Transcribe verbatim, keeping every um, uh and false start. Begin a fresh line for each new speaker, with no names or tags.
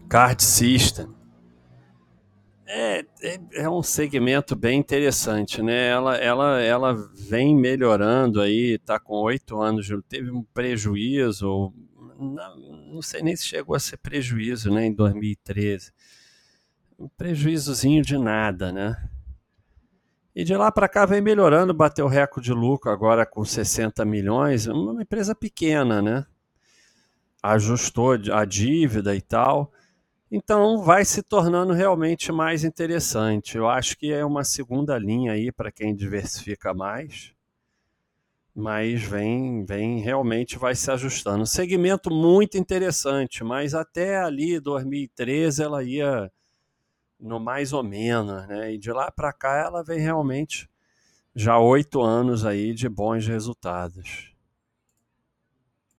Card System. É, é, é um segmento bem interessante, né? Ela, ela, ela vem melhorando aí, está com oito anos, teve um prejuízo, não, não sei nem se chegou a ser prejuízo, né, em dois mil e treze. Um prejuízozinho de nada, né? E de lá para cá vem melhorando, bateu recorde de lucro agora com sessenta milhões, uma empresa pequena, né? Ajustou a dívida e tal. Então vai se tornando realmente mais interessante. Eu acho que é uma segunda linha aí para quem diversifica mais, mas vem, vem realmente vai se ajustando. Um segmento muito interessante, mas até ali dois mil e treze ela ia no mais ou menos, né? E de lá para cá ela vem realmente já oito anos aí de bons resultados.